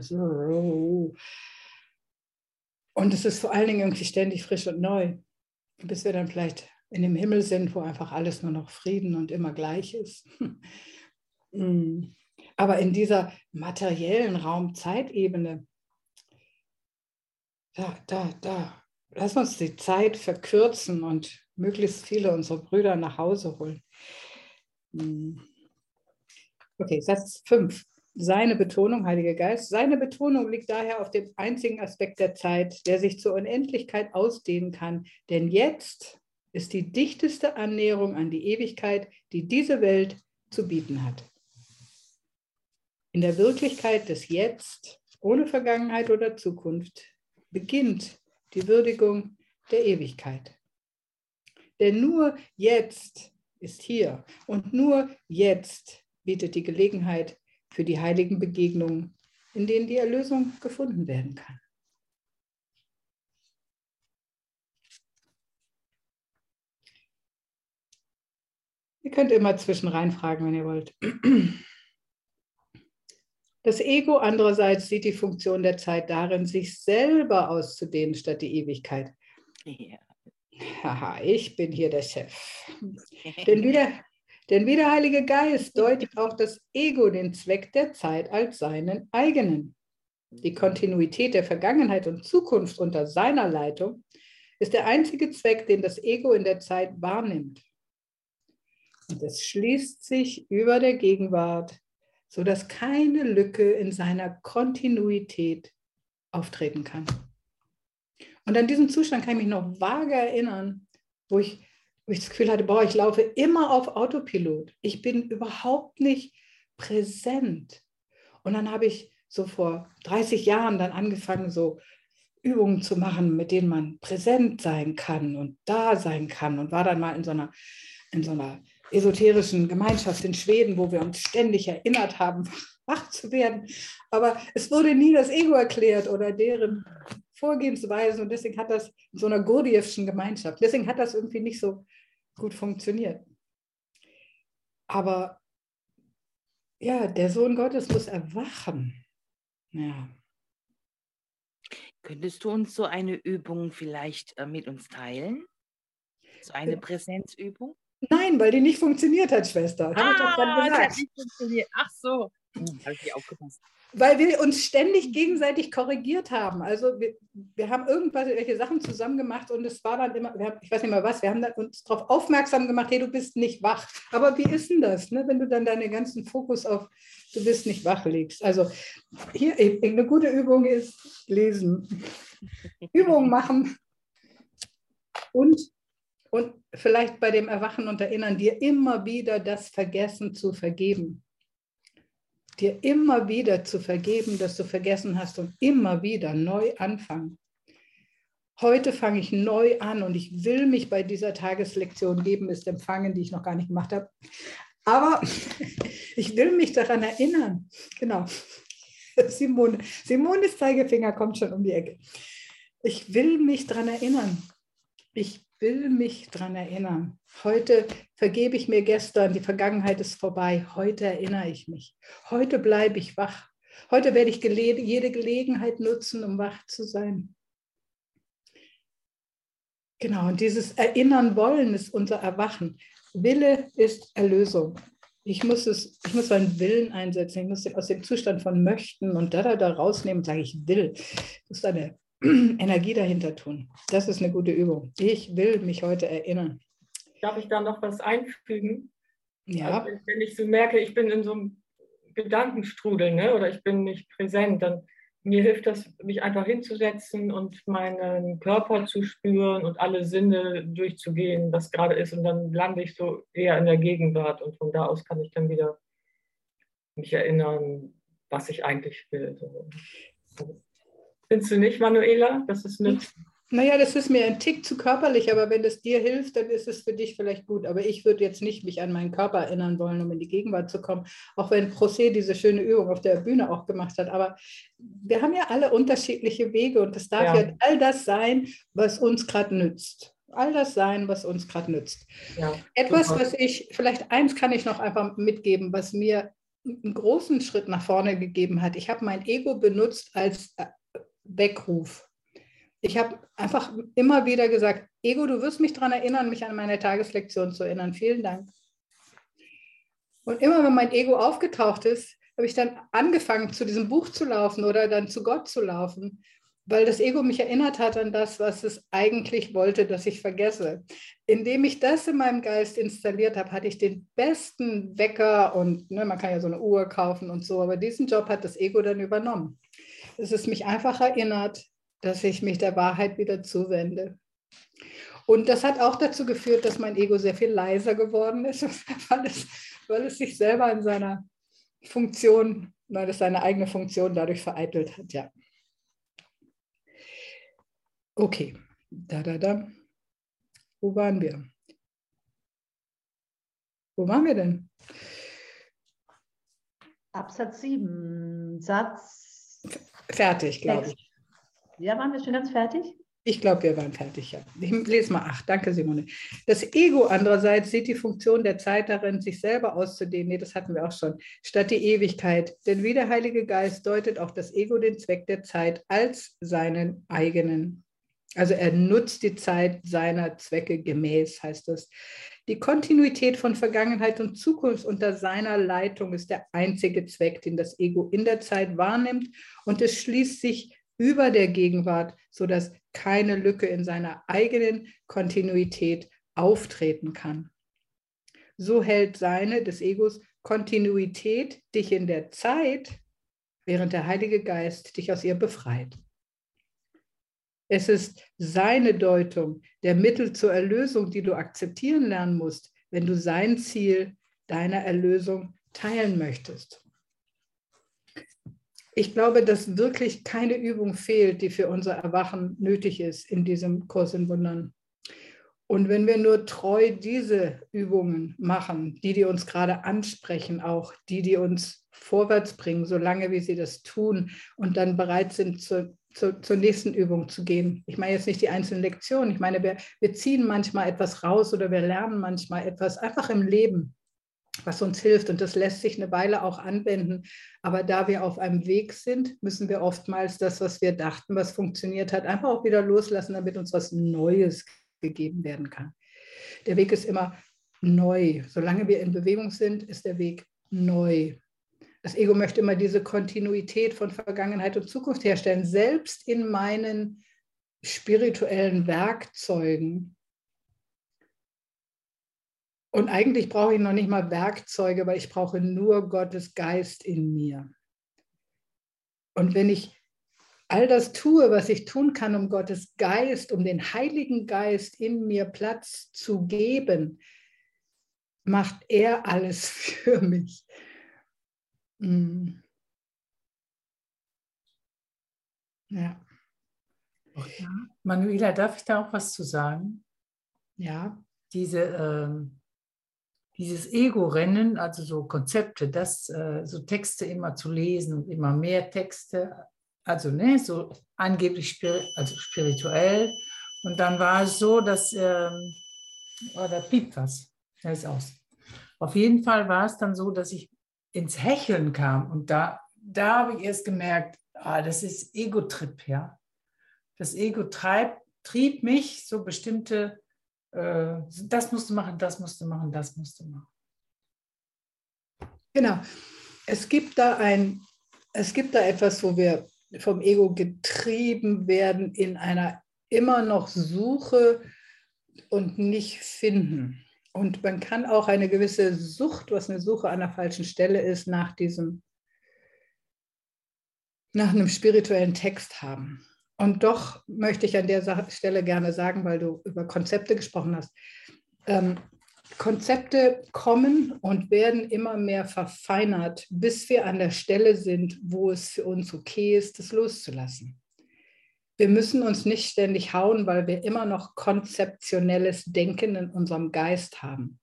Und es ist vor allen Dingen irgendwie ständig frisch und neu, bis wir dann vielleicht in dem Himmel sind, wo einfach alles nur noch Frieden und immer gleich ist. Aber in dieser materiellen Raum-Zeitebene, da, lass uns die Zeit verkürzen und möglichst viele unserer Brüder nach Hause holen. Okay, Satz 5. Seine Betonung, Heiliger Geist, seine Betonung liegt daher auf dem einzigen Aspekt der Zeit, der sich zur Unendlichkeit ausdehnen kann. Denn jetzt ist die dichteste Annäherung an die Ewigkeit, die diese Welt zu bieten hat. In der Wirklichkeit des Jetzt, ohne Vergangenheit oder Zukunft, beginnt die Würdigung der Ewigkeit. Denn nur jetzt ist hier und nur jetzt bietet die Gelegenheit für die heiligen Begegnungen, in denen die Erlösung gefunden werden kann. Ihr könnt immer zwischen reinfragen, wenn ihr wollt. Das Ego andererseits sieht die Funktion der Zeit darin, sich selber auszudehnen statt die Ewigkeit. Ja. Haha, ich bin hier der Chef. Denn wie der Heilige Geist deutet auch das Ego den Zweck der Zeit als seinen eigenen. Die Kontinuität der Vergangenheit und Zukunft unter seiner Leitung ist der einzige Zweck, den das Ego in der Zeit wahrnimmt. Und es schließt sich über der Gegenwart, sodass keine Lücke in seiner Kontinuität auftreten kann. Und an diesen Zustand kann ich mich noch vage erinnern, wo ich das Gefühl hatte, boah, ich laufe immer auf Autopilot. Ich bin überhaupt nicht präsent. Und dann habe ich so vor 30 Jahren dann angefangen, so Übungen zu machen, mit denen man präsent sein kann und da sein kann. Und war dann mal in so einer esoterischen Gemeinschaft in Schweden, wo wir uns ständig erinnert haben, wach zu werden. Aber es wurde nie das Ego erklärt oder deren Vorgehensweisen. Und deswegen hat das in so einer Gurdjieffschen Gemeinschaft, deswegen hat das irgendwie nicht so gut funktioniert. Aber ja, der Sohn Gottes muss erwachen. Ja. Könntest du uns so eine Übung vielleicht mit uns teilen? So eine Präsenzübung? Nein, weil die nicht funktioniert hat, Schwester. Habe ich doch gerade gesagt. Hat nicht funktioniert. Ach so. Habe ich nicht aufgepasst. Weil wir uns ständig gegenseitig korrigiert haben. Also wir haben irgendwelche Sachen zusammen gemacht und es war dann immer, ich weiß nicht mal was, wir haben dann uns darauf aufmerksam gemacht, hey, du bist nicht wach. Aber wie ist denn das, ne, wenn du dann deinen ganzen Fokus auf du bist nicht wach legst? Also hier eine gute Übung ist lesen, Übungen machen und vielleicht bei dem Erwachen und Erinnern dir immer wieder das Vergessen zu vergeben. Dir immer wieder zu vergeben, dass du vergessen hast und immer wieder neu anfangen. Heute fange ich neu an und ich will mich bei dieser Tageslektion geben, ist empfangen, die ich noch gar nicht gemacht habe. Aber ich will mich daran erinnern. Genau. Simones Zeigefinger kommt schon um die Ecke. Ich will mich daran erinnern. Ich will mich daran erinnern. Heute vergebe ich mir gestern, die Vergangenheit ist vorbei. Heute erinnere ich mich. Heute bleibe ich wach. Heute werde ich jede Gelegenheit nutzen, um wach zu sein. Genau, und dieses Erinnern wollen ist unser Erwachen. Wille ist Erlösung. Ich muss meinen Willen einsetzen. Ich muss den aus dem Zustand von möchten und da rausnehmen und sagen, ich will. Ich muss eine Energie dahinter tun. Das ist eine gute Übung. Ich will mich heute erinnern. Darf ich da noch was einfügen? Ja. Also wenn ich so merke, ich bin in so einem Gedankenstrudel, ne, oder ich bin nicht präsent, dann mir hilft das, mich einfach hinzusetzen und meinen Körper zu spüren und alle Sinne durchzugehen, was gerade ist. Und dann lande ich so eher in der Gegenwart und von da aus kann ich dann wieder mich erinnern, was ich eigentlich will. Findest du nicht, Manuela, dass es nützt? Naja, das ist mir ein Tick zu körperlich, aber wenn es dir hilft, dann ist es für dich vielleicht gut. Aber ich würde jetzt nicht mich an meinen Körper erinnern wollen, um in die Gegenwart zu kommen, auch wenn José diese schöne Übung auf der Bühne auch gemacht hat. Aber wir haben ja alle unterschiedliche Wege und es darf ja all das sein, was uns gerade nützt. All das sein, was uns gerade nützt. Ja, etwas, was vielleicht eins kann ich noch einfach mitgeben, was mir einen großen Schritt nach vorne gegeben hat. Ich habe mein Ego benutzt als Weckruf. Ich habe einfach immer wieder gesagt, Ego, du wirst mich daran erinnern, mich an meine Tageslektion zu erinnern. Vielen Dank. Und immer, wenn mein Ego aufgetaucht ist, habe ich dann angefangen, zu diesem Buch zu laufen oder dann zu Gott zu laufen, weil das Ego mich erinnert hat an das, was es eigentlich wollte, dass ich vergesse. Indem ich das in meinem Geist installiert habe, hatte ich den besten Wecker und man kann ja so eine Uhr kaufen und so, aber diesen Job hat das Ego dann übernommen. Es ist mich einfach erinnert, dass ich mich der Wahrheit wieder zuwende. Und das hat auch dazu geführt, dass mein Ego sehr viel leiser geworden ist, weil es sich selber in seiner Funktion, weil es seine eigene Funktion dadurch vereitelt hat. Ja. Okay. Wo waren wir? Wo waren wir denn? Absatz 7, Satz. Fertig, glaube ich. Ja, waren wir schon ganz fertig? Ich glaube, wir waren fertig, ja. Ich lese mal 8. Danke, Simone. Das Ego andererseits sieht die Funktion der Zeit darin, sich selber auszudehnen. Nee, das hatten wir auch schon. Statt die Ewigkeit. Denn wie der Heilige Geist deutet auch das Ego den Zweck der Zeit als seinen eigenen. Also er nutzt die Zeit seiner Zwecke gemäß, heißt das. Die Kontinuität von Vergangenheit und Zukunft unter seiner Leitung ist der einzige Zweck, den das Ego in der Zeit wahrnimmt. Und es schließt sich über der Gegenwart, sodass keine Lücke in seiner eigenen Kontinuität auftreten kann. So hält seine, des Egos, Kontinuität dich in der Zeit, während der Heilige Geist dich aus ihr befreit. Es ist seine Deutung der Mittel zur Erlösung, die du akzeptieren lernen musst, wenn du sein Ziel deiner Erlösung teilen möchtest. Ich glaube, dass wirklich keine Übung fehlt, die für unser Erwachen nötig ist in diesem Kurs in Wundern. Und wenn wir nur treu diese Übungen machen, die uns gerade ansprechen, auch die uns vorwärts bringen, solange wie sie das tun und dann bereit sind, zur nächsten Übung zu gehen. Ich meine jetzt nicht die einzelnen Lektionen, ich meine, wir ziehen manchmal etwas raus oder wir lernen manchmal etwas einfach im Leben, was uns hilft, und das lässt sich eine Weile auch anwenden. Aber da wir auf einem Weg sind, müssen wir oftmals das, was wir dachten, was funktioniert hat, einfach auch wieder loslassen, damit uns was Neues gegeben werden kann. Der Weg ist immer neu. Solange wir in Bewegung sind, ist der Weg neu. Das Ego möchte immer diese Kontinuität von Vergangenheit und Zukunft herstellen, selbst in meinen spirituellen Werkzeugen. Und eigentlich brauche ich noch nicht mal Werkzeuge, weil ich brauche nur Gottes Geist in mir. Und wenn ich all das tue, was ich tun kann, um Gottes Geist, um den Heiligen Geist in mir Platz zu geben, macht er alles für mich. Ja. Manuela, darf ich da auch was zu sagen? Ja. Dieses Ego-Rennen, also so Konzepte, so Texte immer zu lesen und immer mehr Texte, also so angeblich spirituell. Und dann war es so, dass, da piept was, da ist aus. Auf jeden Fall war es dann so, dass ich ins Hecheln kam und da habe ich erst gemerkt, das ist Ego-Trip, ja. Das Ego trieb mich, so bestimmte, das musst du machen, das musst du machen, das musst du machen. Genau. Es gibt da etwas, wo wir vom Ego getrieben werden in einer immer noch Suche und nicht finden. Und man kann auch eine gewisse Sucht, was eine Suche an der falschen Stelle ist, nach einem spirituellen Text haben. Und doch möchte ich an der Stelle gerne sagen, weil du über Konzepte gesprochen hast, Konzepte kommen und werden immer mehr verfeinert, bis wir an der Stelle sind, wo es für uns okay ist, das loszulassen. Wir müssen uns nicht ständig hauen, weil wir immer noch konzeptionelles Denken in unserem Geist haben.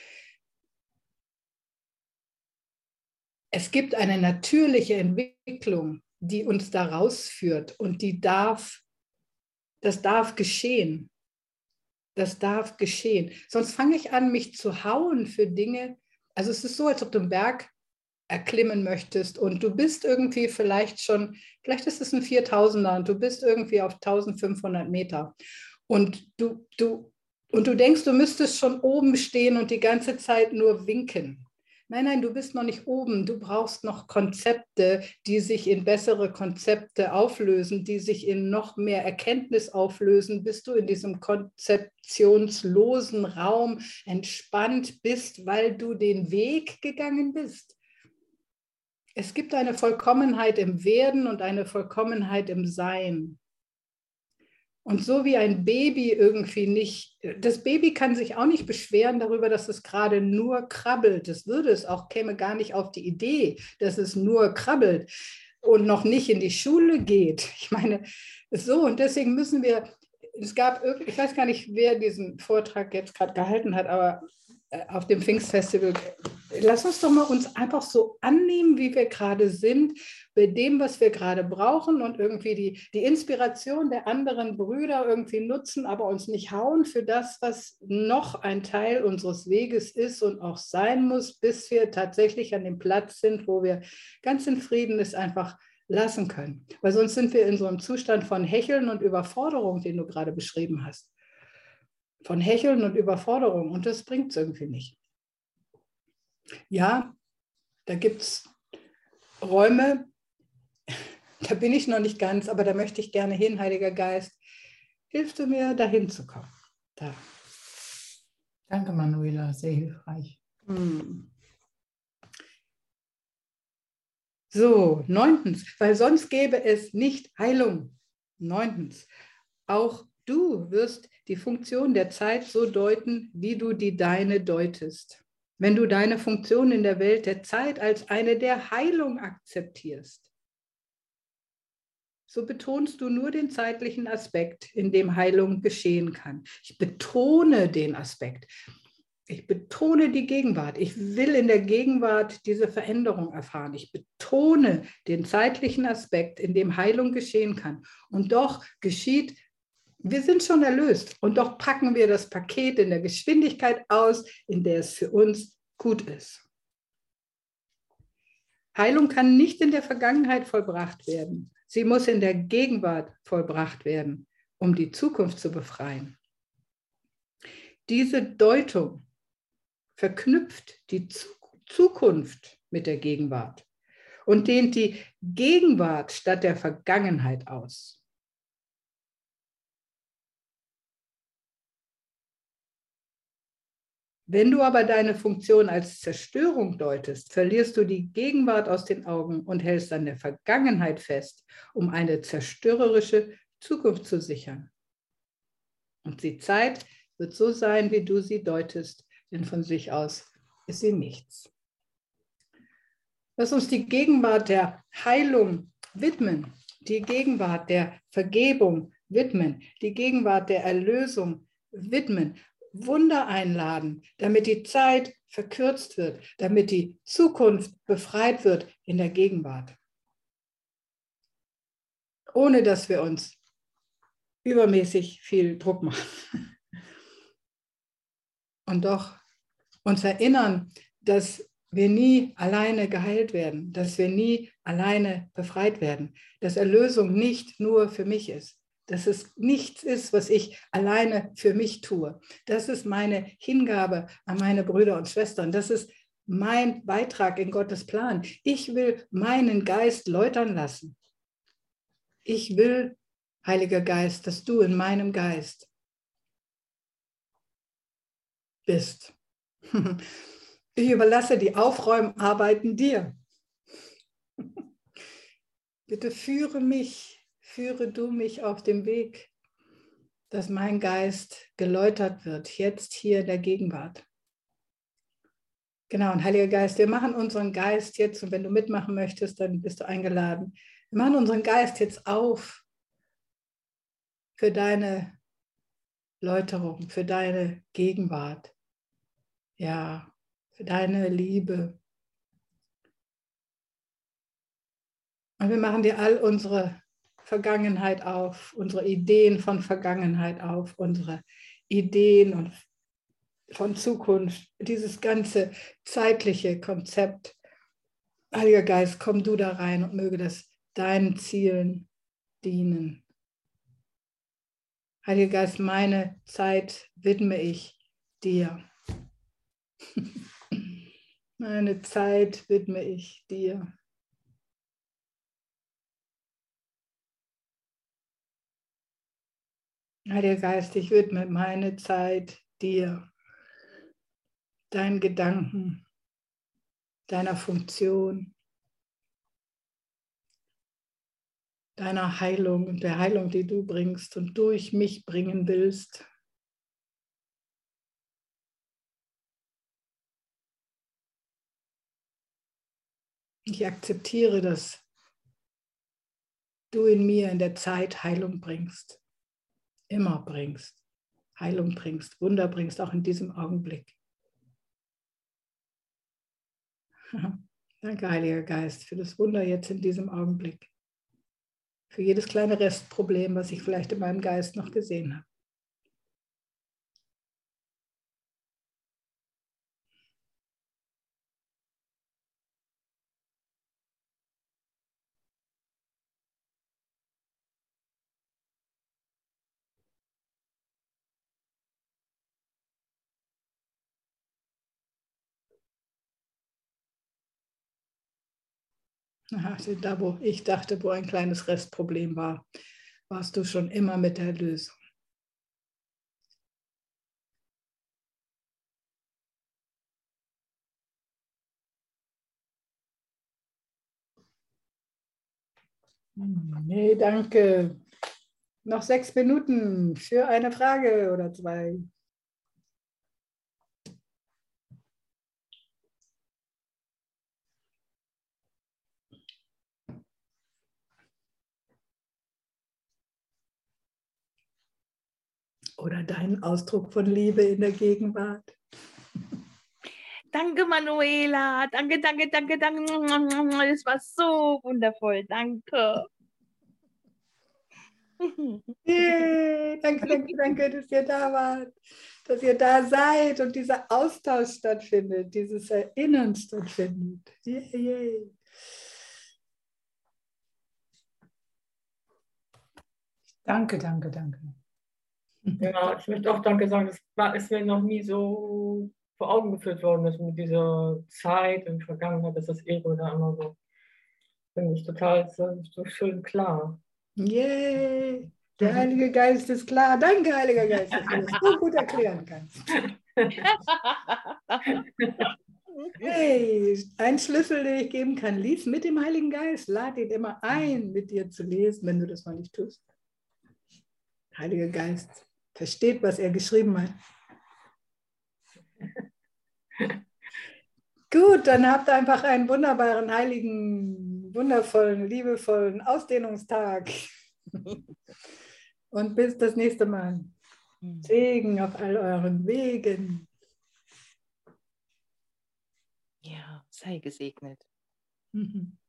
Es gibt eine natürliche Entwicklung, die uns da rausführt, und das darf geschehen. Das darf geschehen. Sonst fange ich an, mich zu hauen für Dinge. Also es ist so, als ob du einen Berg erklimmen möchtest und du bist irgendwie vielleicht ist es ein 4000er und du bist irgendwie auf 1500 Meter und du denkst, du müsstest schon oben stehen und die ganze Zeit nur winken. Nein, du bist noch nicht oben. Du brauchst noch Konzepte, die sich in bessere Konzepte auflösen, die sich in noch mehr Erkenntnis auflösen, bis du in diesem konzeptionslosen Raum entspannt bist, weil du den Weg gegangen bist. Es gibt eine Vollkommenheit im Werden und eine Vollkommenheit im Sein. Und so wie ein Baby irgendwie nicht, das Baby kann sich auch nicht beschweren darüber, dass es gerade nur krabbelt. Das würde es auch, käme gar nicht auf die Idee, dass es nur krabbelt und noch nicht in die Schule geht. Ich meine, so, und deswegen müssen wir, es gab, ich weiß gar nicht, wer diesen Vortrag jetzt gerade gehalten hat, aber auf dem Pfingstfestival, lass uns doch mal uns einfach so annehmen, wie wir gerade sind, bei dem, was wir gerade brauchen und irgendwie die Inspiration der anderen Brüder irgendwie nutzen, aber uns nicht hauen für das, was noch ein Teil unseres Weges ist und auch sein muss, bis wir tatsächlich an dem Platz sind, wo wir ganz in Frieden es einfach lassen können. Weil sonst sind wir in so einem Zustand von Hecheln und Überforderung, den du gerade beschrieben hast. Von Hecheln und Überforderung und das bringt es irgendwie nicht. Ja, da gibt es Räume, da bin ich noch nicht ganz, aber da möchte ich gerne hin, Heiliger Geist. Hilfst du mir, da hinzukommen? Da. Danke, Manuela, sehr hilfreich. So, 9. Weil sonst gäbe es nicht Heilung. 9. Auch du wirst die Funktion der Zeit so deuten, wie du die deine deutest. Wenn du deine Funktion in der Welt der Zeit als eine der Heilung akzeptierst, so betonst du nur den zeitlichen Aspekt, in dem Heilung geschehen kann. Ich betone den Aspekt. Ich betone die Gegenwart. Ich will in der Gegenwart diese Veränderung erfahren. Ich betone den zeitlichen Aspekt, in dem Heilung geschehen kann. Und doch geschieht, wir sind schon erlöst. Und doch packen wir das Paket in der Geschwindigkeit aus, in der es für uns gut ist. Heilung kann nicht in der Vergangenheit vollbracht werden. Sie muss in der Gegenwart vollbracht werden, um die Zukunft zu befreien. Diese Deutung verknüpft die Zukunft mit der Gegenwart und dehnt die Gegenwart statt der Vergangenheit aus. Wenn du aber deine Funktion als Zerstörung deutest, verlierst du die Gegenwart aus den Augen und hältst an der Vergangenheit fest, um eine zerstörerische Zukunft zu sichern. Und die Zeit wird so sein, wie du sie deutest, denn von sich aus ist sie nichts. Lass uns die Gegenwart der Heilung widmen, die Gegenwart der Vergebung widmen, die Gegenwart der Erlösung widmen, Wunder einladen, damit die Zeit verkürzt wird, damit die Zukunft befreit wird in der Gegenwart. Ohne dass wir uns übermäßig viel Druck machen. Und doch uns erinnern, dass wir nie alleine geheilt werden, dass wir nie alleine befreit werden, dass Erlösung nicht nur für mich ist, dass es nichts ist, was ich alleine für mich tue. Das ist meine Hingabe an meine Brüder und Schwestern. Das ist mein Beitrag in Gottes Plan. Ich will meinen Geist läutern lassen. Ich will, Heiliger Geist, dass du in meinem Geist bist. Ich überlasse die Aufräumarbeiten dir. Bitte führe du mich auf dem Weg, dass mein Geist geläutert wird, jetzt hier in der Gegenwart. Genau, und Heiliger Geist, wir machen unseren Geist jetzt, und wenn du mitmachen möchtest, dann bist du eingeladen. Wir machen unseren Geist jetzt auf für deine Läuterung, für deine Gegenwart. Ja, für deine Liebe. Und wir machen dir all unsere Vergangenheit auf, unsere Ideen von Vergangenheit auf, unsere Ideen und von Zukunft, dieses ganze zeitliche Konzept. Heiliger Geist, komm du da rein und möge das deinen Zielen dienen. Heiliger Geist, meine Zeit widme ich dir. Meine Zeit widme ich dir. Heiliger Geist, ich widme meine Zeit dir, deinen Gedanken, deiner Funktion, deiner Heilung und der Heilung, die du bringst und durch mich bringen willst. Ich akzeptiere, dass du in mir in der Zeit Heilung bringst, immer bringst, Heilung bringst, Wunder bringst, auch in diesem Augenblick. Danke, Heiliger Geist, für das Wunder jetzt in diesem Augenblick. Für jedes kleine Restproblem, was ich vielleicht in meinem Geist noch gesehen habe. Da, wo ich dachte, wo ein kleines Restproblem war, warst du schon immer mit der Lösung. Nee, danke. Noch 6 Minuten für eine Frage oder 2. Oder deinen Ausdruck von Liebe in der Gegenwart. Danke, Manuela. Danke, danke, danke, danke. Das war so wundervoll. Danke. Yeah, danke, danke, danke, dass ihr da wart, dass ihr da seid und dieser Austausch stattfindet, dieses Erinnern stattfindet. Yeah, yeah. Danke, danke, danke. Ja, ich möchte auch Danke sagen. Ist mir noch nie so vor Augen geführt worden, dass mit dieser Zeit und Vergangenheit, dass das Ego da immer so, finde ich total so schön klar. Yay, der Heilige Geist ist klar. Danke, Heiliger Geist, dass du das so gut erklären kannst. Hey, ein Schlüssel, den ich geben kann, lies mit dem Heiligen Geist. Lad ihn immer ein, mit dir zu lesen, wenn du das noch nicht tust. Heiliger Geist versteht, was er geschrieben hat. Gut, dann habt einfach einen wunderbaren, heiligen, wundervollen, liebevollen Ausdehnungstag. Und bis das nächste Mal. Segen auf all euren Wegen. Ja, sei gesegnet. Mhm.